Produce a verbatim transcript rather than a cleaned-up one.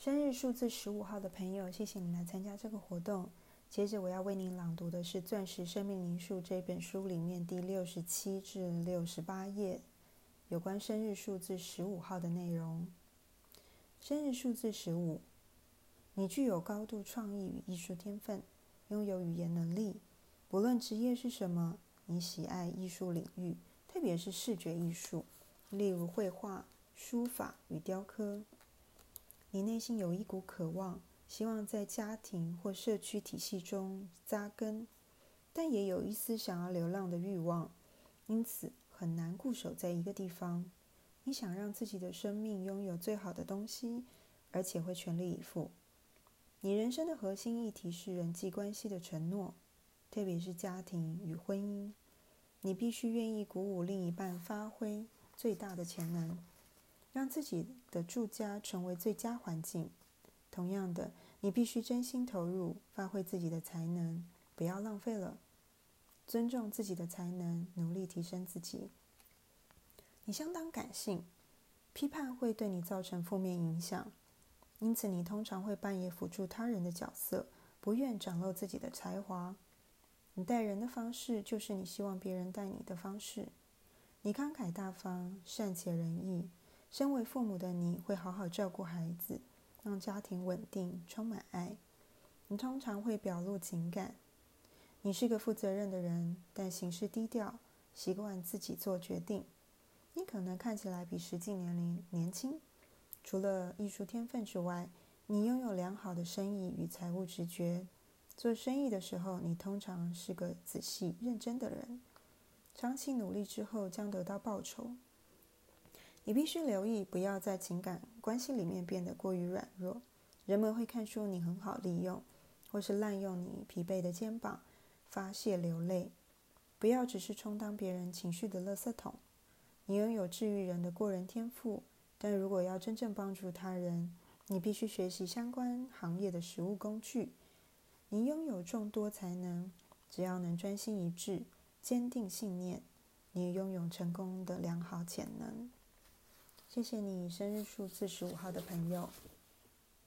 生日数字十五号的朋友，谢谢你来参加这个活动。接着我要为您朗读的是《钻石生命灵数》这本书里面第六十七至六十八页，有关生日数字十五号的内容。生日数字十五，你具有高度创意与艺术天分，拥有语言能力。不论职业是什么，你喜爱艺术领域，特别是视觉艺术，例如绘画、书法与雕刻。你内心有一股渴望，希望在家庭或社区体系中扎根，但也有一丝想要流浪的欲望，因此很难固守在一个地方。你想让自己的生命拥有最好的东西，而且会全力以赴。你人生的核心议题是人际关系的承诺，特别是家庭与婚姻。你必须愿意鼓舞另一半发挥最大的潜能，让自己的住家成为最佳环境。同样的，你必须真心投入，发挥自己的才能，不要浪费了。尊重自己的才能，努力提升自己。你相当感性，批判会对你造成负面影响，因此你通常会扮演辅助他人的角色，不愿展露自己的才华。你待人的方式就是你希望别人待你的方式。你慷慨大方，善解人意。身为父母的你会好好照顾孩子，让家庭稳定，充满爱。你通常会表露情感。你是个负责任的人，但行事低调，习惯自己做决定。你可能看起来比实际年龄年轻。除了艺术天分之外，你拥有良好的生意与财务直觉。做生意的时候，你通常是个仔细认真的人。长期努力之后将得到报酬。你必须留意，不要在情感关系里面变得过于软弱。人们会看出你很好利用，或是滥用你疲惫的肩膀，发泄流泪。不要只是充当别人情绪的垃圾桶。你拥有治愈人的过人天赋，但如果要真正帮助他人，你必须学习相关行业的实务工具。你拥有众多才能，只要能专心一致，坚定信念，你拥有成功的良好潜能。谢谢你，生日数字十五号的朋友。